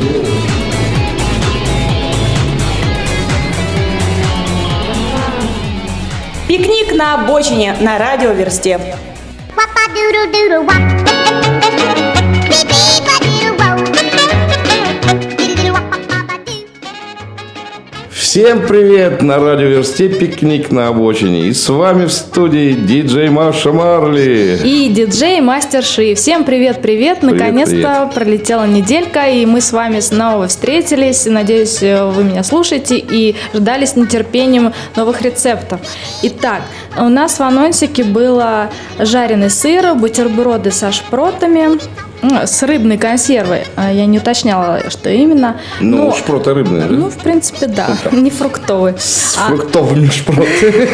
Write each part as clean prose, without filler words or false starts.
Пикник на обочине на радиоверсте. Всем привет! На радиоверсте «Пикник на обочине». И с вами в студии диджей Маша Марли. И диджей Мастер Ши. Всем привет-привет! Наконец-то пролетела неделька, и мы с вами снова встретились. Надеюсь, вы меня слушаете и ждали с нетерпением новых рецептов. Итак, у нас в анонсике было жареный сыр, бутерброды со шпротами, с рыбной консервой. Я не уточняла, что именно. Ну, шпроты рыбные, да? Ну, в принципе, да. Не фруктовые. С фруктовыми шпроты.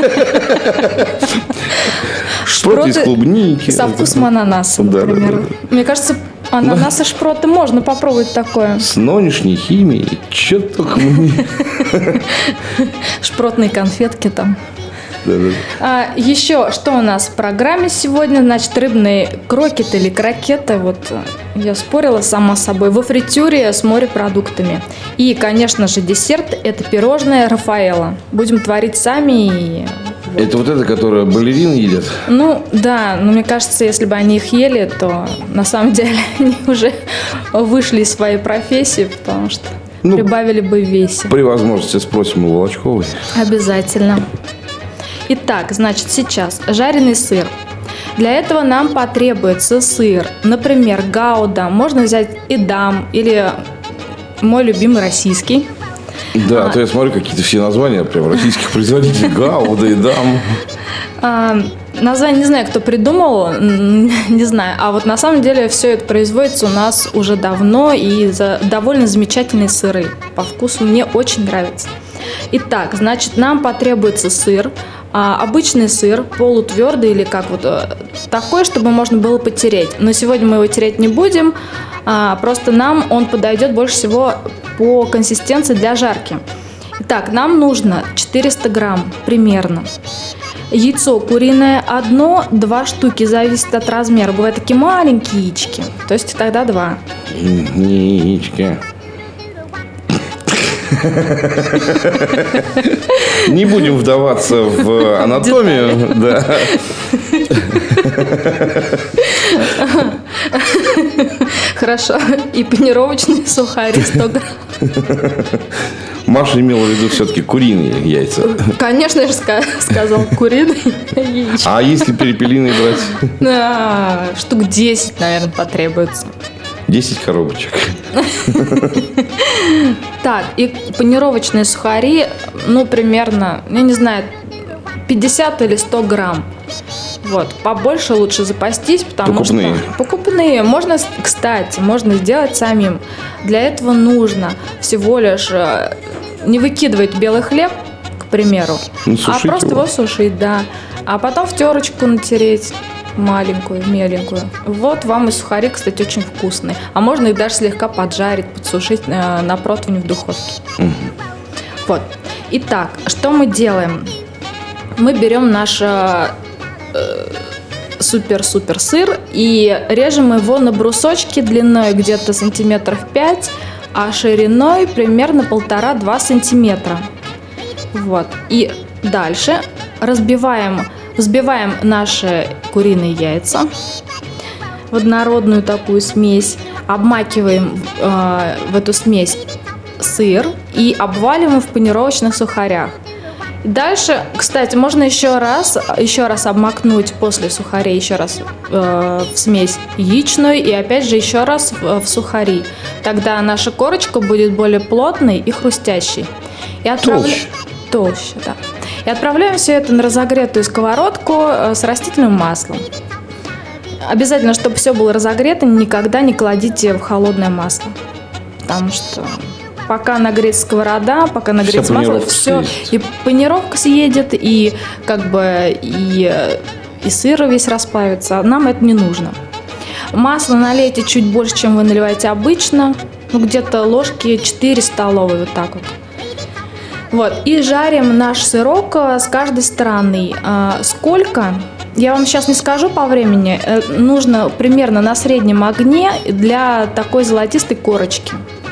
Шпроты из клубники. Со вкусом ананаса, например. Мне кажется, ананасы, шпроты можно попробовать такое. С нынешней химией. Че только мне. Шпротные конфетки там. Да. Еще что у нас в программе сегодня? Значит, рыбные крокеты или крокеты. Вот я спорила сама с собой. Во фритюре с морепродуктами. И, конечно же, десерт – это пирожное Рафаэлло. Будем творить сами. И это вот это, которое балерины едят? Ну, да. Но мне кажется, если бы они их ели, то на самом деле они уже вышли из своей профессии, потому что прибавили бы в весе. При возможности спросим у Волочковой. Обязательно. Итак, значит, сейчас жареный сыр. Для этого нам потребуется сыр, например, гауда. Можно взять эдам или мой любимый российский. Да, а то я смотрю какие-то все названия прям российских производителей. Гауда, эдам. Название не знаю, кто придумал, не знаю. А вот на самом деле все это производится у нас уже давно и довольно замечательные сыры. По вкусу мне очень нравится. Итак, значит, нам потребуется сыр. Обычный сыр, полутвердый или как вот такой, чтобы можно было потереть. Но сегодня мы его тереть не будем, просто нам он подойдет больше всего по консистенции для жарки. Итак, нам нужно 400 грамм примерно. Яйцо куриное 1-2 штуки, зависит от размера. Бывают такие маленькие яички, то есть тогда 2. Яички. Не будем вдаваться в анатомию, да. Хорошо. И панировочные сухари 100 грамм. Маша имела в виду все-таки куриные яйца. Конечно, я же сказал куриные яйца. А если перепелиные брать? Штук 10, наверное, потребуется. 10 коробочек. Так, и панировочные сухари, примерно, я не знаю, 50 или 100 грамм. Вот, побольше лучше запастись, потому что... Покупные. Можно, кстати, можно сделать самим. Для этого нужно всего лишь не выкидывать белый хлеб, к примеру, а просто его сушить, да. А потом в терочку натереть. Маленькую, меленькую. Вот вам и сухари, кстати, очень вкусные. А можно их даже слегка поджарить, подсушить на противне в духовке. Вот. Итак, что мы делаем? Мы берем наш супер-супер сыр и режем его на брусочки длиной где-то сантиметров 5, а шириной примерно 1,5-2 сантиметра. Вот. И дальше взбиваем наши куриные яйца в однородную такую смесь, обмакиваем в эту смесь сыр и обваливаем в панировочных сухарях. И дальше, кстати, можно еще раз обмакнуть после сухарей, еще раз в смесь яичную и опять же еще раз в сухари. Тогда наша корочка будет более плотной и хрустящей. Толще, да. И отправляем все это на разогретую сковородку с растительным маслом. Обязательно, чтобы все было разогрето, никогда не кладите в холодное масло. Потому что пока нагреется сковорода, пока нагреется масло, все, и панировка съедет, и и сыр весь расплавится. Нам это не нужно. Масло налейте чуть больше, чем вы наливаете обычно. Где-то ложки 4 столовые, вот так вот. Вот, и жарим наш сырок с каждой стороны. Сколько? Я вам сейчас не скажу по времени. Нужно примерно на среднем огне для такой золотистой корочки.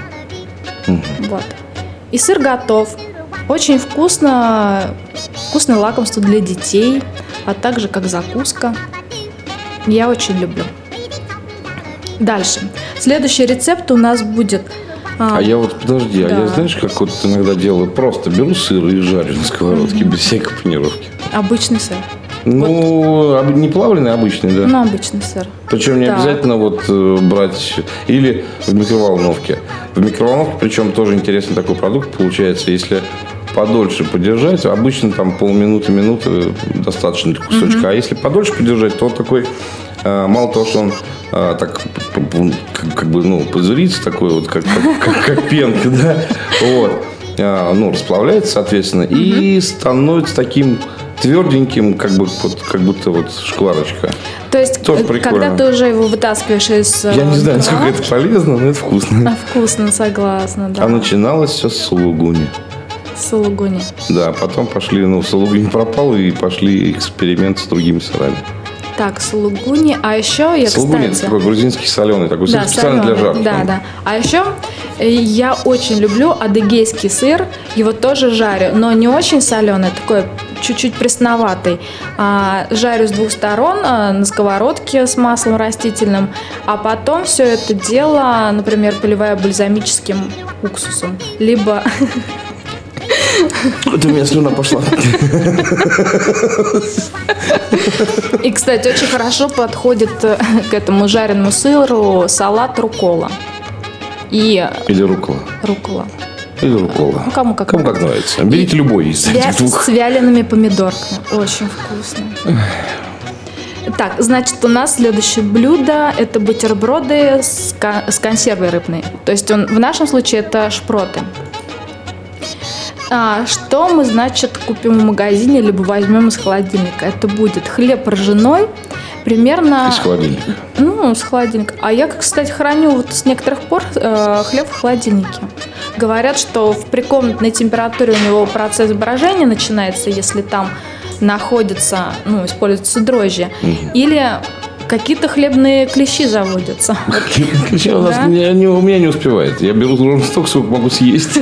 Вот. И сыр готов. Очень вкусное лакомство для детей, а также как закуска. Я очень люблю. Дальше. Следующий рецепт у нас будет... Подожди, да. Я знаешь, как вот иногда делаю? Просто беру сыр и жарю на сковородке, без всякой панировки. Обычный сыр. Не плавленый, а обычный, да? Ну, обычный сыр. Причем не обязательно брать или в микроволновке. В микроволновке, причем тоже интересный такой продукт получается, если подольше подержать, обычно там полминуты-минуты достаточно для кусочка. А если подольше подержать, то такой, мало того, что он так пузырится, такой вот, как пенка, да, вот, расплавляется, соответственно, и становится таким тверденьким, как будто шкварочка. То есть, когда ты уже его вытаскиваешь из... Я не знаю, насколько это полезно, но это вкусно. Вкусно, согласна, да. А начиналось все с сулугуни. Сулугуни. Да, потом пошли, сулугуни пропал, и пошли эксперименты с другими сырами. Так, сулугуни, а еще сулугуни, это такой грузинский соленый, такой сыр специально для жарки. Да. А еще я очень люблю адыгейский сыр, его тоже жарю, но не очень соленый, такой чуть-чуть пресноватый. Жарю с двух сторон на сковородке с маслом растительным, а потом все это дело, например, поливаю бальзамическим уксусом, либо... Это у меня слюна пошла. И, кстати, очень хорошо подходит к этому жареному сыру салат руккола. Или руккола. Руккола. Или руккола. Кому как нравится. Берите любой из этих двух. С вялеными помидорками. Очень вкусно. Так, значит, у нас следующее блюдо – это бутерброды с консервой рыбной. То есть в нашем случае это шпроты. Что мы, значит, купим в магазине, либо возьмем из холодильника? Это будет хлеб ржаной, примерно... Из холодильника? С холодильника. А я, кстати, храню с некоторых пор хлеб в холодильнике. Говорят, что в прикомнатной температуре у него процесс брожения начинается, если там находятся, используются дрожжи. Или... Какие-то хлебные клещи заводятся. Клещи у меня не успевает. Я беру ровно столько, сколько могу съесть.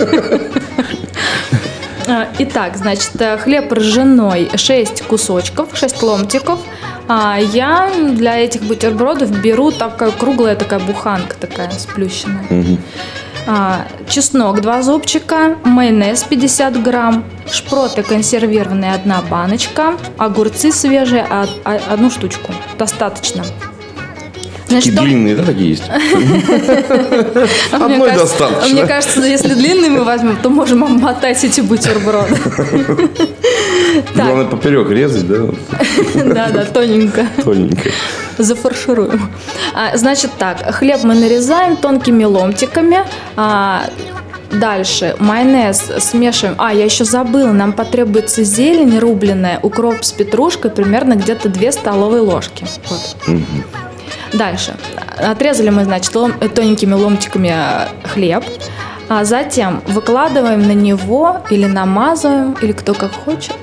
Итак, значит, хлеб ржаной 6 кусочков, 6 ломтиков. Я для этих бутербродов беру круглая такая буханка, такая сплющенная. Чеснок 2 зубчика, майонез 50 грамм, шпроты консервированные 1 баночка, огурцы свежие 1 штучку. Достаточно. Такие длинные, да, такие есть? Одной достаточно. Мне кажется, если длинные мы возьмем, то можем обмотать эти бутерброды. Главное поперек резать, да? Да, тоненько. Тоненько. Зафаршируем. Значит так, хлеб мы нарезаем тонкими ломтиками. Дальше майонез смешиваем. Я еще забыла, нам потребуется зелень рубленая, укроп с петрушкой, примерно где-то 2 столовые ложки. Вот. Дальше. Отрезали мы, значит, тоненькими ломтиками хлеб. Затем выкладываем на него или намазываем, или кто как хочет.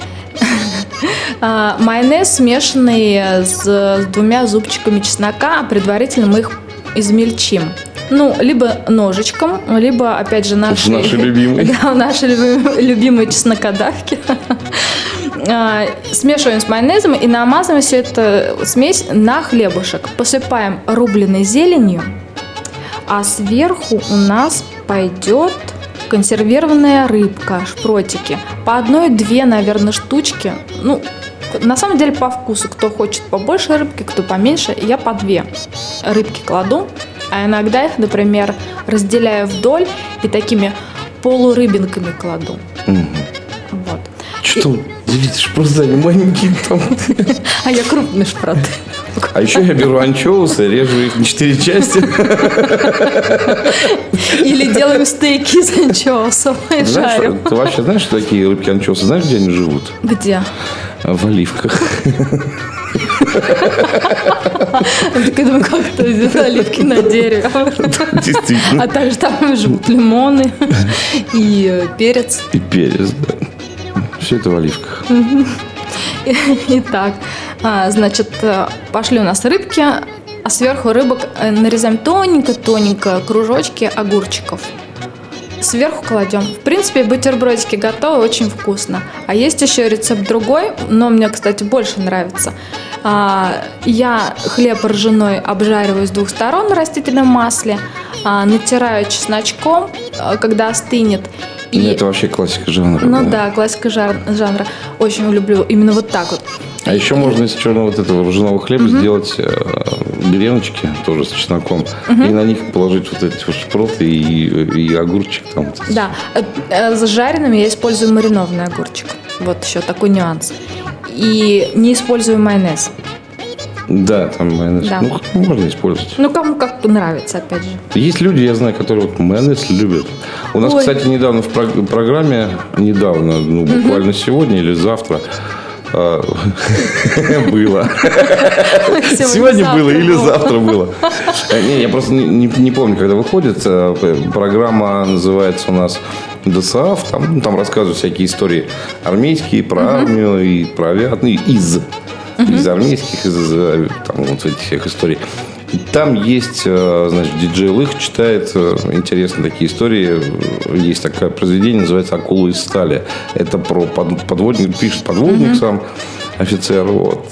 Майонез, смешанный с 2 зубчиками чеснока, предварительно мы их измельчим. Либо ножичком, либо, опять же, наши любимые чеснокодавки. Смешиваем с майонезом и намазываем всю эту смесь на хлебушек. Посыпаем рубленой зеленью, а сверху у нас пойдет консервированная рыбка, шпротики. По 1-2, наверное, штучки. На самом деле по вкусу. Кто хочет побольше рыбки, кто поменьше. Я по 2 рыбки кладу. А иногда их, например, разделяю вдоль и такими полурыбинками кладу. Вот. Что? Видите, шпроты маленькие там. А я крупные шпроты. А еще я беру анчоусы, режу их на 4 части. Или делаем стейки из анчоусов и жарим. Ты вообще знаешь, что такие рыбки анчоусы? Знаешь, где они живут? Где? В оливках. Так я думаю, как то оливки на дереве. Действительно. А также там живут лимоны и перец. И перец, да. Все это в оливках. Итак, значит, пошли у нас рыбки, а сверху рыбок нарезаем тоненько-тоненько кружочки огурчиков. сверху кладем. В принципе, бутербродики готовы, очень вкусно. А есть еще рецепт другой, но мне, кстати, больше нравится. Я хлеб ржаной обжариваю с 2 сторон на растительном масле, натираю чесночком, когда остынет. И... Это вообще классика жанра. Ну да, классика жанра. Очень люблю именно вот так вот. А еще можно из черного вот этого ржаного хлеба сделать греночки тоже с чесноком. И на них положить вот эти вот шпроты и огурчик там. Да, с жареными я использую маринованный огурчик. Вот еще такой нюанс. И не использую майонез. Да, там майонез. Да. Ну, можно использовать. Ну, кому как нравится, опять же. Есть люди, я знаю, которые вот майонез любят. У нас, кстати, недавно в программе, буквально сегодня или завтра, было. Сегодня было или завтра было. Я просто не помню, когда выходит. Программа называется у нас ДСАФ. Там рассказывают всякие истории армейские, про армию и про авиацию. Из армейских, из вот этих всех историй. Там есть, значит, диджей Лых читает интересные такие истории. Есть такое произведение, называется «Акула из стали». Это про подводник, пишет подводник сам, офицер. Вот.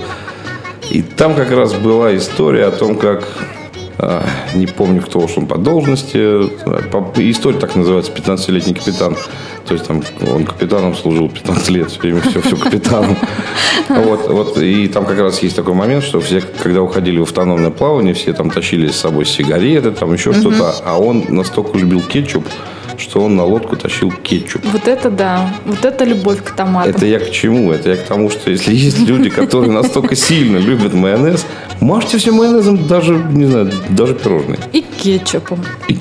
И там как раз была история о том, как, не помню, кто уж он по должности, история так называется «15-летний капитан». То есть там он капитаном служил 15 лет, все время все капитаном. Вот, и там как раз есть такой момент, что все, когда уходили в автономное плавание, все там тащили с собой сигареты, там еще что-то, а он настолько любил кетчуп, что он на лодку тащил кетчуп. Вот это да, вот это любовь к томатам. Это я к чему? Это я к тому, что если есть люди, которые настолько сильно любят майонез, мажьте все майонезом, даже, не знаю, даже пирожные. И кетчупом.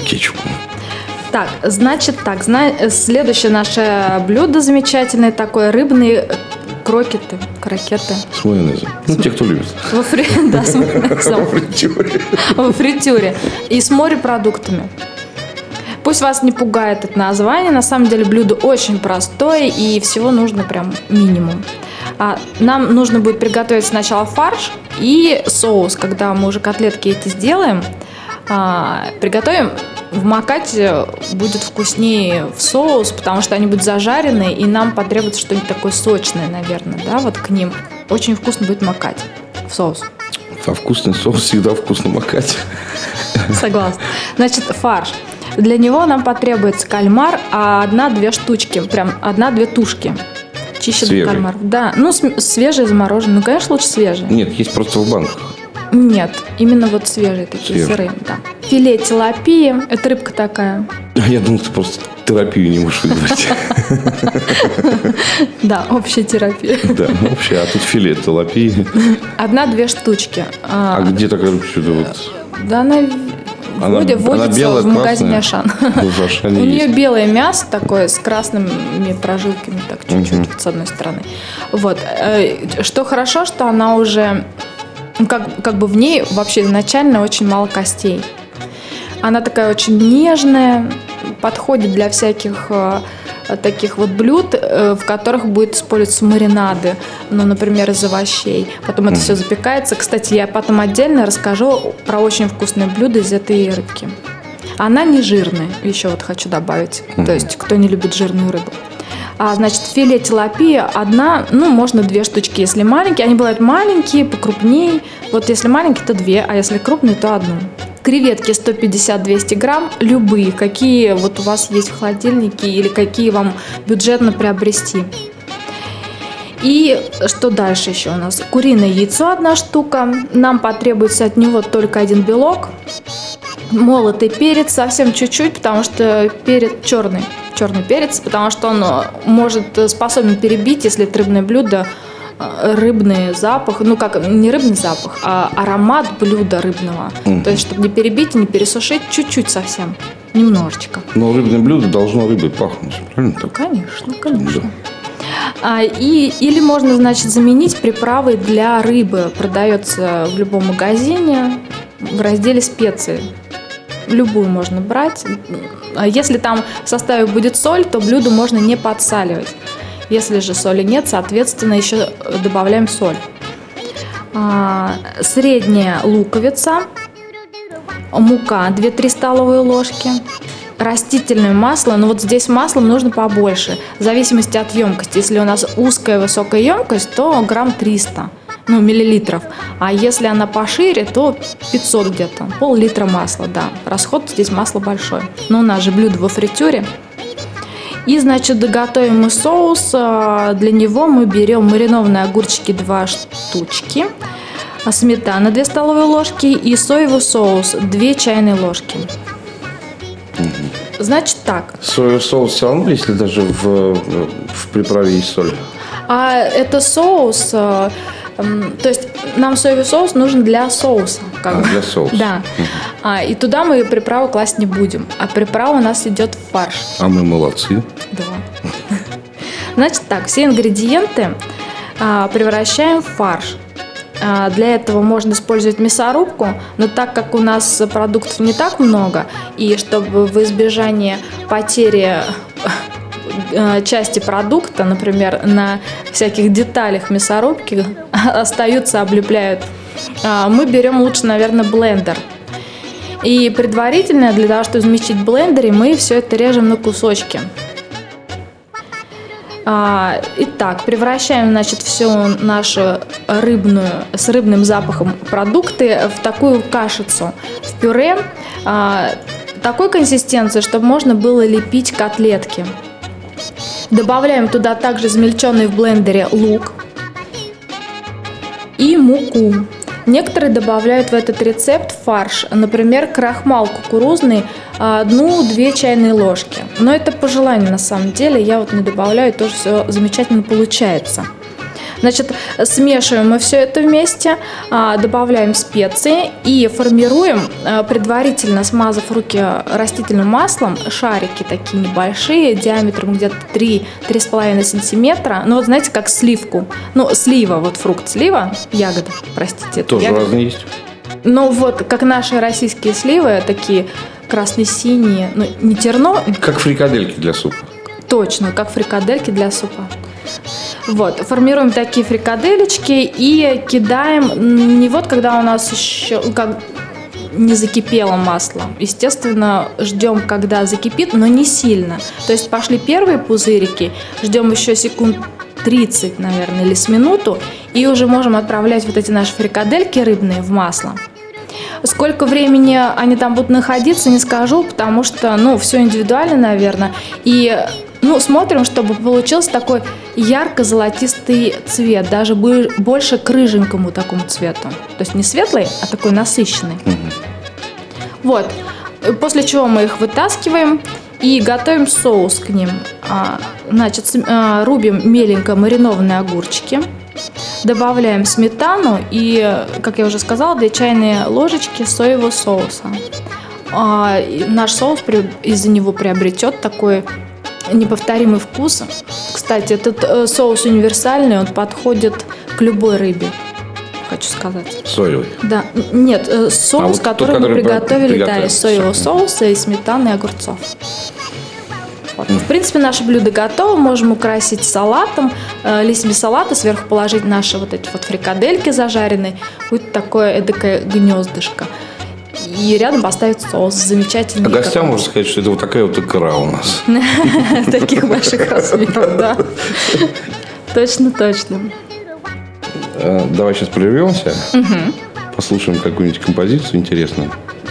Так, значит так, следующее наше блюдо замечательное такое, рыбные крокеты. С майонезом. Те, кто любит. Да, с майонезом. Во фритюре. И с морепродуктами. Пусть вас не пугает это название, на самом деле блюдо очень простое и всего нужно прям минимум. Нам нужно будет приготовить сначала фарш и соус, когда мы уже котлетки эти сделаем, приготовим. Вмакать будет вкуснее в соус, потому что они будут зажарены, и нам потребуется что-нибудь такое сочное, наверное, да, вот к ним. Очень вкусно будет макать в соус. А вкусный соус всегда вкусно макать. Согласна. Значит, фарш. Для него нам потребуется кальмар, 1-2 штучки, прям 1-2 тушки. Чищенных кальмаров. Да, свежие, замороженные. Ну, конечно, лучше свежие. Нет, есть просто в банках. Нет, именно вот свежие такие, сырые, да. Филе тилапии, это рыбка такая. Я думал, ты просто терапию не можешь выдавать. Да, общая терапия. Да, общая, а тут филе тилапии. 1-2 штучки. А где такая рыбка? Да, она водится в магазине Ашан. У нее белое мясо такое с красными прожилками, так чуть-чуть с одной стороны. Вот. Что хорошо, что она уже... Как бы в ней вообще изначально очень мало костей. Она такая очень нежная, подходит для всяких таких вот блюд, в которых будет использоваться маринады, например, из овощей. Потом это все запекается. Кстати, я потом отдельно расскажу про очень вкусное блюдо из этой рыбки. Она не жирная, еще вот хочу добавить. То есть, кто не любит жирную рыбу. Значит, филе тилапии 1, можно 2 штучки, если маленькие. Они бывают маленькие, покрупнее. Вот если маленькие, то 2, а если крупные, то 1. Креветки 150-200 грамм, любые, какие вот у вас есть в холодильнике или какие вам бюджетно приобрести. И что дальше еще у нас? Куриное яйцо 1 штука. Нам потребуется от него только 1 белок. Молотый перец, совсем чуть-чуть, потому что перец черный перец, потому что он способен перебить, если это рыбное блюдо, рыбный запах, не рыбный запах, а аромат блюда рыбного. То есть, чтобы не перебить и не пересушить, чуть-чуть совсем, немножечко. Но рыбное блюдо должно рыбой пахнуть, правильно? Конечно. Или можно, значит, заменить приправой для рыбы. Продается в любом магазине в разделе специи. Любую можно брать. Если там в составе будет соль, то блюдо можно не подсаливать. Если же соли нет, соответственно, еще добавляем соль. Средняя луковица, мука 2-3 столовые ложки, растительное масло, но вот здесь маслом нужно побольше, в зависимости от емкости. Если у нас узкая высокая емкость, то грамм 300, миллилитров. А если она пошире, то 500 где-то, пол-литра масла, да. Расход здесь масла большой. Но у нас же блюдо во фритюре. И, значит, доготовим мы соус. Для него мы берем маринованные огурчики 2 штучки, сметана 2 столовые ложки и соевый соус 2 чайные ложки. Значит так. Соевый соус все равно, если даже в приправе есть соль? А это соус, то есть нам соевый соус нужен для соуса. Для соуса. Да. И туда мы приправу класть не будем. А приправа у нас идет в фарш. А мы молодцы. Да. Значит так, все ингредиенты превращаем в фарш. Для этого можно использовать мясорубку, но так как у нас продуктов не так много, и чтобы в избежание потери части продукта, например, на всяких деталях мясорубки остаются, облепляют, мы берем лучше, наверное, блендер. И предварительно, для того, чтобы измельчить в блендере, мы все это режем на кусочки. Итак, превращаем, значит, все нашу с рыбным запахом продукты в такую кашицу, в пюре такой консистенции, чтобы можно было лепить котлетки. Добавляем туда также измельченный в блендере лук и муку. Некоторые добавляют в этот рецепт фарш, например, крахмал кукурузный 1-2 чайные ложки. Но это по желанию на самом деле, я вот не добавляю, тоже все замечательно получается. Значит, смешиваем мы все это вместе, добавляем специи и формируем, предварительно смазав руки растительным маслом, шарики такие небольшие, диаметром где-то 3-3,5 сантиметра. Ну вот знаете, как сливку. Слива, вот фрукт слива, ягода, простите. Тоже ягода. разные есть? Вот, как наши российские сливы, такие красно-синие, не терно. Как фрикадельки для супа. Точно, как фрикадельки для супа. Вот, формируем такие фрикаделечки и кидаем, не вот когда у нас еще не закипело масло. Естественно, ждем, когда закипит, но не сильно. То есть пошли первые пузырики, ждем еще секунд 30, наверное, или с минуту, и уже можем отправлять вот эти наши фрикадельки рыбные в масло. Сколько времени они там будут находиться, не скажу, потому что, все индивидуально, наверное. И смотрим, чтобы получился такой ярко-золотистый цвет, даже больше к рыженькому такому цвету. То есть не светлый, а такой насыщенный. Вот. После чего мы их вытаскиваем и готовим соус к ним. Значит, рубим меленько маринованные огурчики, добавляем сметану и, как я уже сказала, 2 чайные ложечки соевого соуса. Наш соус из-за него приобретет такой неповторимый вкус. Кстати, этот соус универсальный, он подходит к любой рыбе, хочу сказать. Соевый? Да. Нет, соус, который мы приготовили, из соевого соуса и сметаны и огурцов. Вот. В принципе, наше блюдо готово. Можем украсить салатом, листьями салата, сверху положить наши вот эти вот фрикадельки зажаренные. Будет такое эдакое гнездышко. И рядом поставить соус замечательный. А гостям можно сказать, что это вот такая вот икра у нас. Таких больших размеров, да. Точно. Давай сейчас прервемся, послушаем какую-нибудь композицию интересную.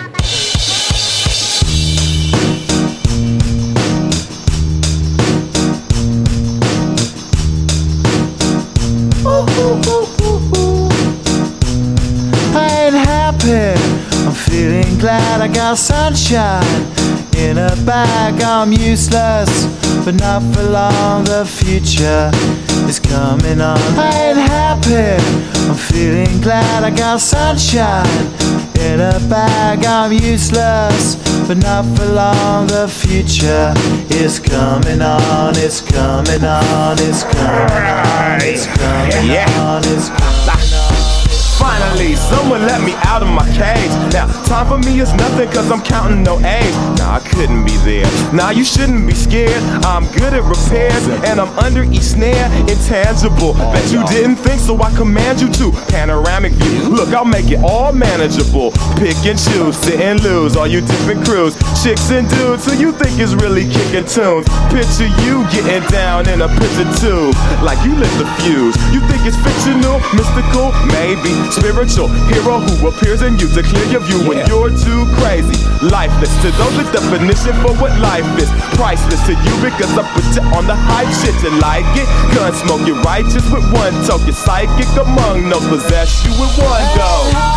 I'm feeling glad I got sunshine in a bag. I'm useless, but not for long. The future is coming on. I ain't happy. I'm feeling glad I got sunshine in a bag. I'm useless, but not for long. The future is coming on. It's coming on. It's coming on. It's coming on. It's coming on. Finally, someone let me out of my cage. Now, time for me is nothing cause I'm counting no age. Nah, I couldn't be there. Nah, you shouldn't be scared. I'm good at repairs and I'm under each snare. Intangible. Bet you didn't think, so I command you to. Panoramic view. Look, I'll make it all manageable. Pick and choose, sit and lose. All you different crews, chicks and dudes who you think is really kicking tunes. Picture you getting down in a picture tube, like you lit the fuse. You think it's fictional, mystical, maybe spiritual hero who appears in you to clear your view when you're too crazy. Lifeless to those, the definition for what life is. Priceless to you because I put you on the hype shit. You like it? Gun smoke, you're righteous with one toke. You're psychic among those, possess you with one go.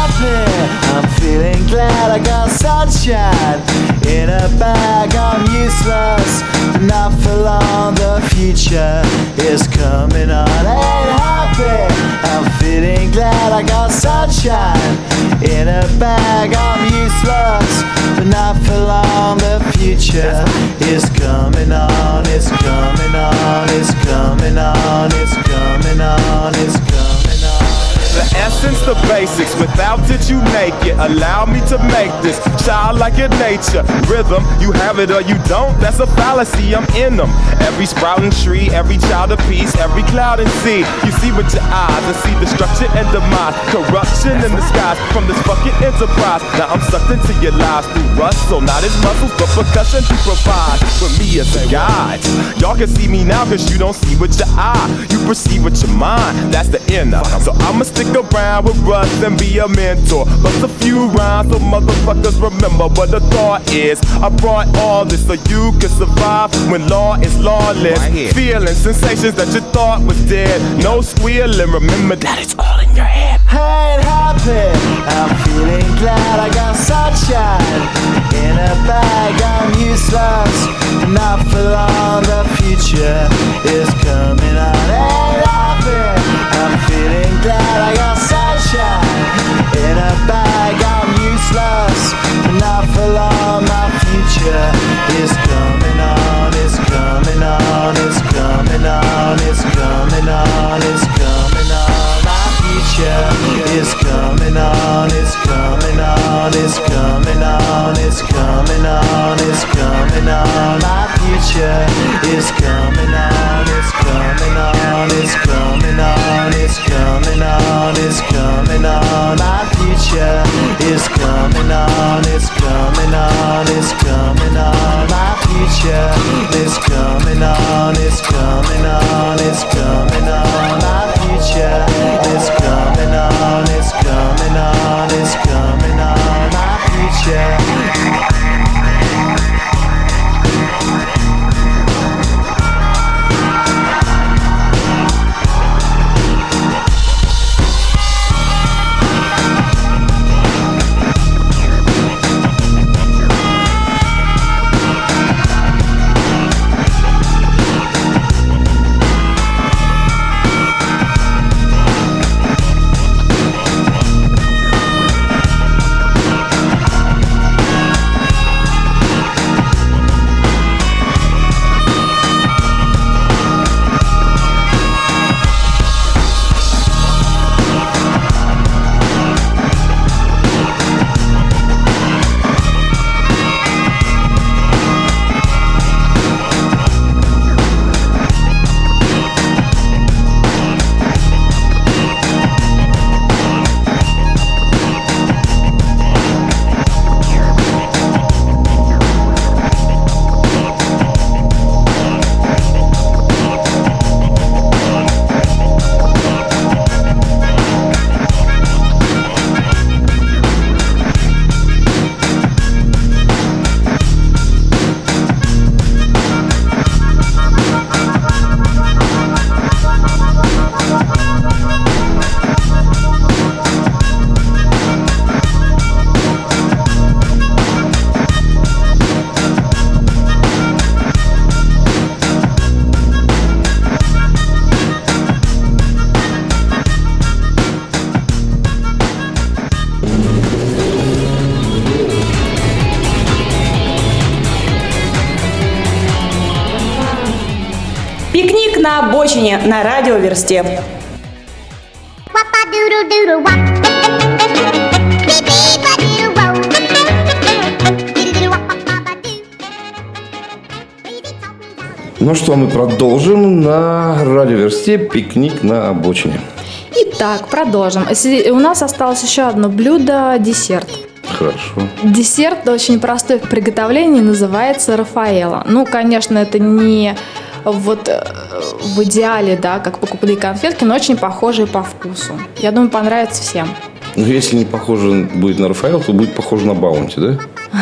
I'm feeling glad I got sunshine in a bag. I'm useless, but not for long. The future is coming on. Ain't happy. I'm feeling glad I got sunshine in a bag. I'm useless, but not for long. The future is coming on. It's coming on. It's coming on. It's coming on. It's coming on. The essence, the basics, without it you make it. Allow me to make this childlike in nature. Rhythm, you have it or you don't, that's a fallacy, I'm in them. Every sprouting tree, every child of peace, every cloud and sea. You see with your eyes and see destruction and demise. Corruption in the skies from this fucking enterprise. Now I'm sucked into your lives through rust, so not his muscles, but percussion he provides for me as a guide. Y'all can see me now cause you don't see with your eye. You perceive with your mind, that's the inner. So I'ma stick around with Russ and be a mentor. Bust a few rhymes so motherfuckers remember what the thought is. I brought all this so you can survive when law is lawless. Feeling sensations that you thought was dead. No squealing, remember that it's all in your head. I ain't happy. I'm feeling glad I got sunshine in a bag. I'm useless, not for long. The future is coming on. Ain't happy. I'm feeling glad I got sunshine in a bag. I'm useless, not for long. My future is coming on. It's coming on. It's coming on. It's coming on. It's coming on. My future is coming on. It's coming on. It's coming on. It's coming on. It's coming on. My future is coming on. It's coming on. It's coming on. It's coming on. It's coming on. My future is coming on. It's coming on. It's coming on. My future is coming on. It's coming on. It's coming on. My future is coming on. It's coming on. It's coming on. My future. Пикник на обочине на радиоверсте. Wap-a-doodle-doodle-wop. Ну что, мы продолжим на радиоверсте «Пикник на обочине». Итак, продолжим. У нас осталось еще одно блюдо – десерт. Хорошо. Десерт очень простой в приготовлении, называется Рафаэлло. Ну, конечно, это не вот в идеале, да, как покупные конфетки, но очень похожие по вкусу. Я думаю, понравится всем. Ну, если не похоже будет на Рафаэлло, то будет похоже на Баунти, да?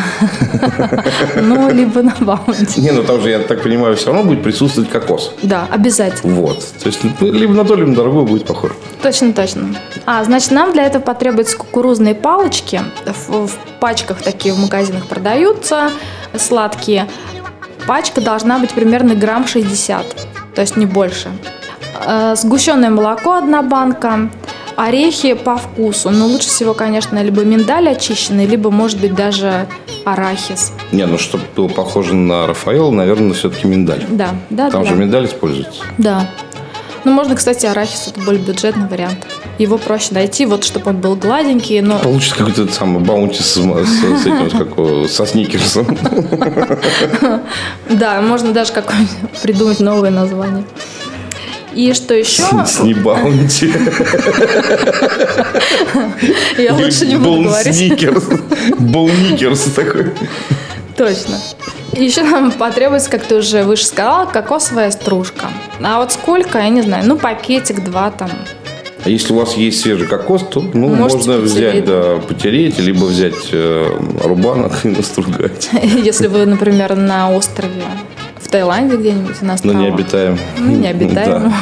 Ну, либо на Баунти. Не, ну там же, я так понимаю, все равно будет присутствовать кокос. Да, обязательно. Вот. То есть либо на то, либо на другое будет похоже. Точно. Значит, нам для этого потребуются кукурузные палочки. В пачках такие в магазинах продаются, сладкие. Пачка должна быть примерно грамм 60, то есть не больше. Сгущенное молоко 1 банка. Орехи по вкусу. Но лучше всего, конечно, либо миндаль очищенный, либо, может быть, даже арахис. Не, ну чтобы было похоже на Рафаэлло, наверное, все-таки миндаль. Да. Там же миндаль используется. Да. Ну, можно, кстати, арахис, это более бюджетный вариант. Его проще найти, вот, чтобы он был гладенький, но... Получится какой-то самый Баунти со сникерсом. Да, можно даже какое-нибудь придумать новое название. И что еще? Сни Баунти. Я лучше не буду говорить. Болникерс такой. Точно. Еще нам потребуется, как ты уже выше сказала, кокосовая стружка. А вот сколько, я не знаю, пакетик 2 там. А если у вас есть свежий кокос, то можно взять, потереть, либо взять рубанок и настругать. Если вы, например, на острове, в Таиланде где-нибудь, на островах. Необитаемо.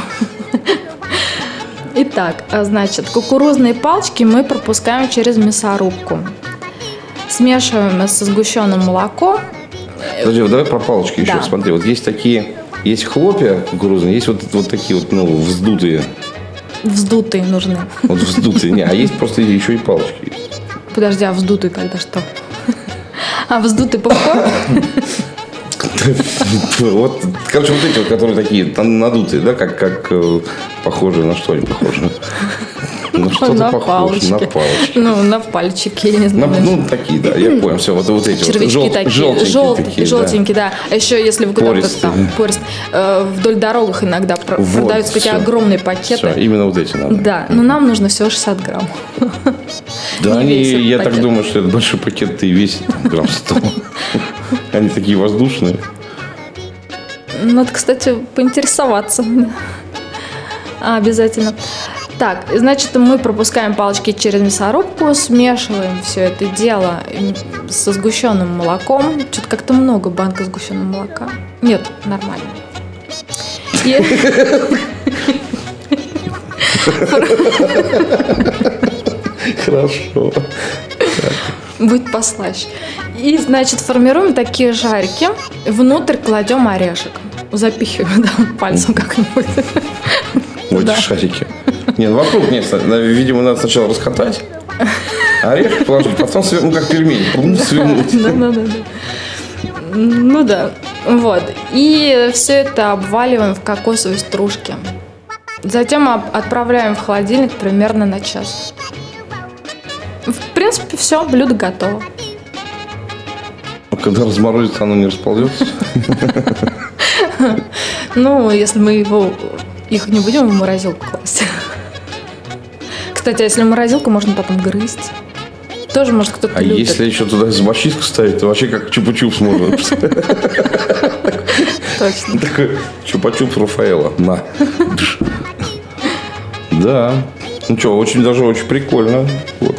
Итак, значит, кукурузные палочки мы пропускаем через мясорубку. Смешиваем со сгущенным молоком. Подожди, давай про палочки еще. Смотри, вот есть такие, есть хлопья кукурузные, есть вот такие вот, вздутые. Вздутые нужны. Вот вздутые, а есть просто еще и палочки есть. Подожди, а вздутые тогда что? А вздутый попкорн? Вот, короче, вот эти вот, которые такие надутые, да, как похожие на что они похожи? На что-то похоже, на палочки. На пальчики, я не знаю. Такие, да, я понял, все, вот эти червячки вот такие, желтенькие, да. А еще, если вы куда-то там, вдоль дорогах иногда продаются такие огромные пакеты. Все, именно вот эти надо. Да, но нам нужно всего 60 грамм. Да, я так думаю, что этот большой пакет-то и весит грамм 100. Они такие воздушные. Надо, кстати, поинтересоваться. Обязательно. Так, значит, мы пропускаем палочки через мясорубку, смешиваем все это дело со сгущенным молоком. Что-то как-то много банка сгущенного молока. Нет, нормально. Хорошо. Будет послаще. И, значит, формируем такие шарики. Внутрь кладем орешек. Запихиваем пальцем как-нибудь. В эти шарики. Нет, вокруг нет. Видимо, надо сначала раскатать, орешек положить, потом, как пельмени, свернуть. Да. Вот. И все это обваливаем в кокосовой стружке. Затем отправляем в холодильник примерно на час. В принципе, все, блюдо готово. А когда разморозится, оно не расползется? Если мы их не будем в морозилку класть. Кстати, а если в морозилку, можно потом грызть. Тоже, может, кто-то любит. А если еще туда зубочистку ставить, то вообще как чупа-чупс можно. Точно. Такой чупа-чупс Рафаэлло. На. Да. Даже очень прикольно. Вот.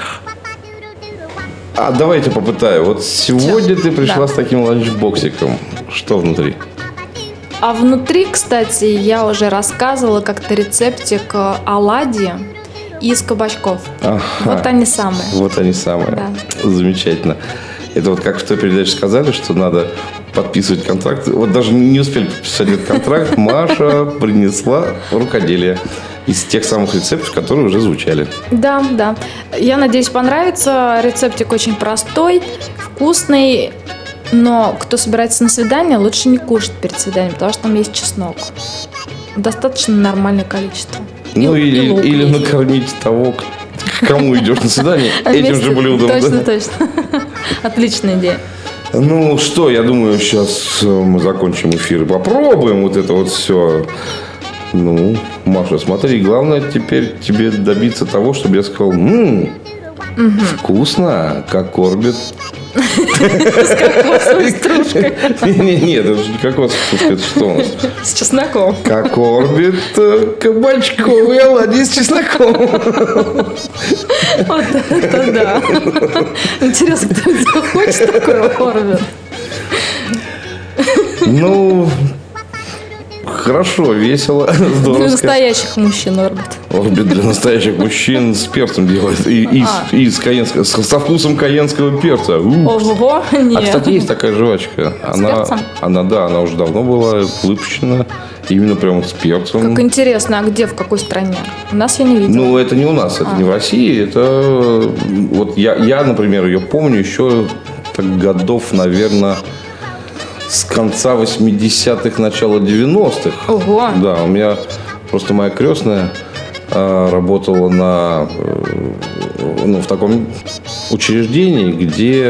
А давайте попытаю. Вот сегодня ты пришла с таким ланчбоксиком. Что внутри? А внутри, кстати, я уже рассказывала как-то рецептик оладьи из кабачков. Ага. Вот они самые. Да. Замечательно. Это вот как в той передаче сказали, что надо подписывать контракт. Вот даже не успели подписать этот контракт. Маша принесла рукоделие из тех самых рецептов, которые уже звучали. Да. Я надеюсь, понравится. Рецептик очень простой, вкусный. Но кто собирается на свидание, лучше не кушать перед свиданием, потому что там есть чеснок. Достаточно нормальное количество. Или накормить того, к кому идешь на свидание, этим же блюдом. Точно. Отличная идея. Ну что, я думаю, сейчас мы закончим эфир и попробуем вот это вот все. Ну, Маша, смотри, главное теперь тебе добиться того, чтобы я сказал, вкусно, как Корбит. С кокосовой стружкой. Нет, это же не кокосовая стружка, это что у нас? С чесноком. Как Корбит кабачковый оладьи с чесноком. Вот это да. Интересно, кто хочет такой Корбит? Ну, хорошо, весело, здорово. Для настоящих мужчин Орбит. Орбит для настоящих мужчин с перцем делает. И со вкусом каенского перца. Ого, нет. А, кстати, есть такая жвачка. перцем? Она уже давно была выпущена. Именно прям с перцем. Как интересно, а где, в какой стране? У нас я не видела. Ну, это не у нас, это не в России. Это вот я, например, ее помню еще так годов, наверное, с конца 80-х, начала 90-х. Ого. Да, у меня просто моя крестная работала в таком учреждении, где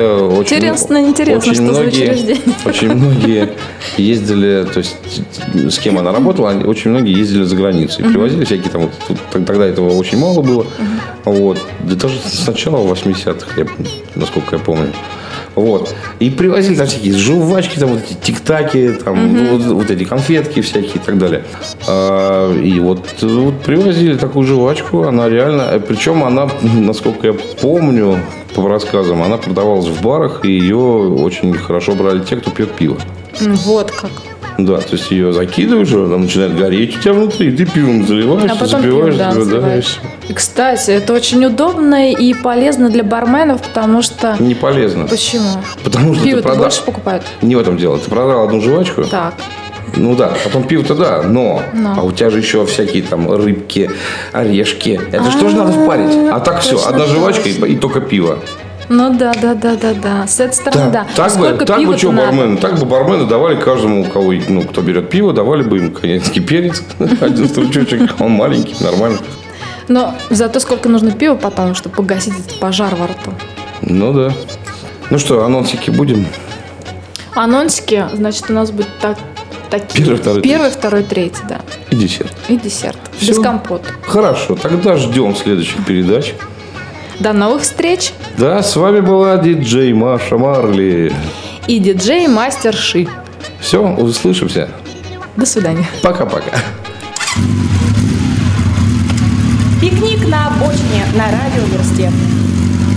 очень многие ездили, то есть с кем она работала, очень многие ездили за границу и привозили всякие там, тогда этого очень мало было, вот, да даже с начала 80-х, насколько я помню. Вот. И привозили там всякие жвачки, там вот эти тик-таки, там, вот эти конфетки всякие и так далее. И вот привозили такую жвачку, она реально, причем она, насколько я помню по рассказам, она продавалась в барах, и ее очень хорошо брали те, кто пьет пиво. Вот как. Да, то есть ее закидываешь, она начинает гореть у тебя внутри, и ты пивом заливаешь, запиваешь, заливаешь. И, кстати, это очень удобно и полезно для барменов, потому что... Не полезно. Почему? Потому что пиво-то больше покупают. Не в этом дело. Ты продал одну жвачку. Так. Ну да, потом пиво-то да, но. А у тебя же еще всякие там рыбки, орешки. Это же тоже надо впарить. А так все, одна жвачка и только пиво. Ну да. С этой стороны, да. Так бы что бармены? Так бы бармены давали каждому, кто берет пиво, давали бы им каенский перец. Один стручочек, он маленький, нормально. Но зато сколько нужно пива потом, чтобы погасить этот пожар во рту. Ну да. Ну что, анонсики будем? Анонсики, значит, у нас будет первый, второй, третий, да. И десерт. Без компота. Хорошо, тогда ждем следующих передач. До новых встреч. Да, с вами была диджей Маша Марли. И диджей Мастер Ши. Все, услышимся. До свидания. Пока-пока. Пикник на обочине на радио Версте.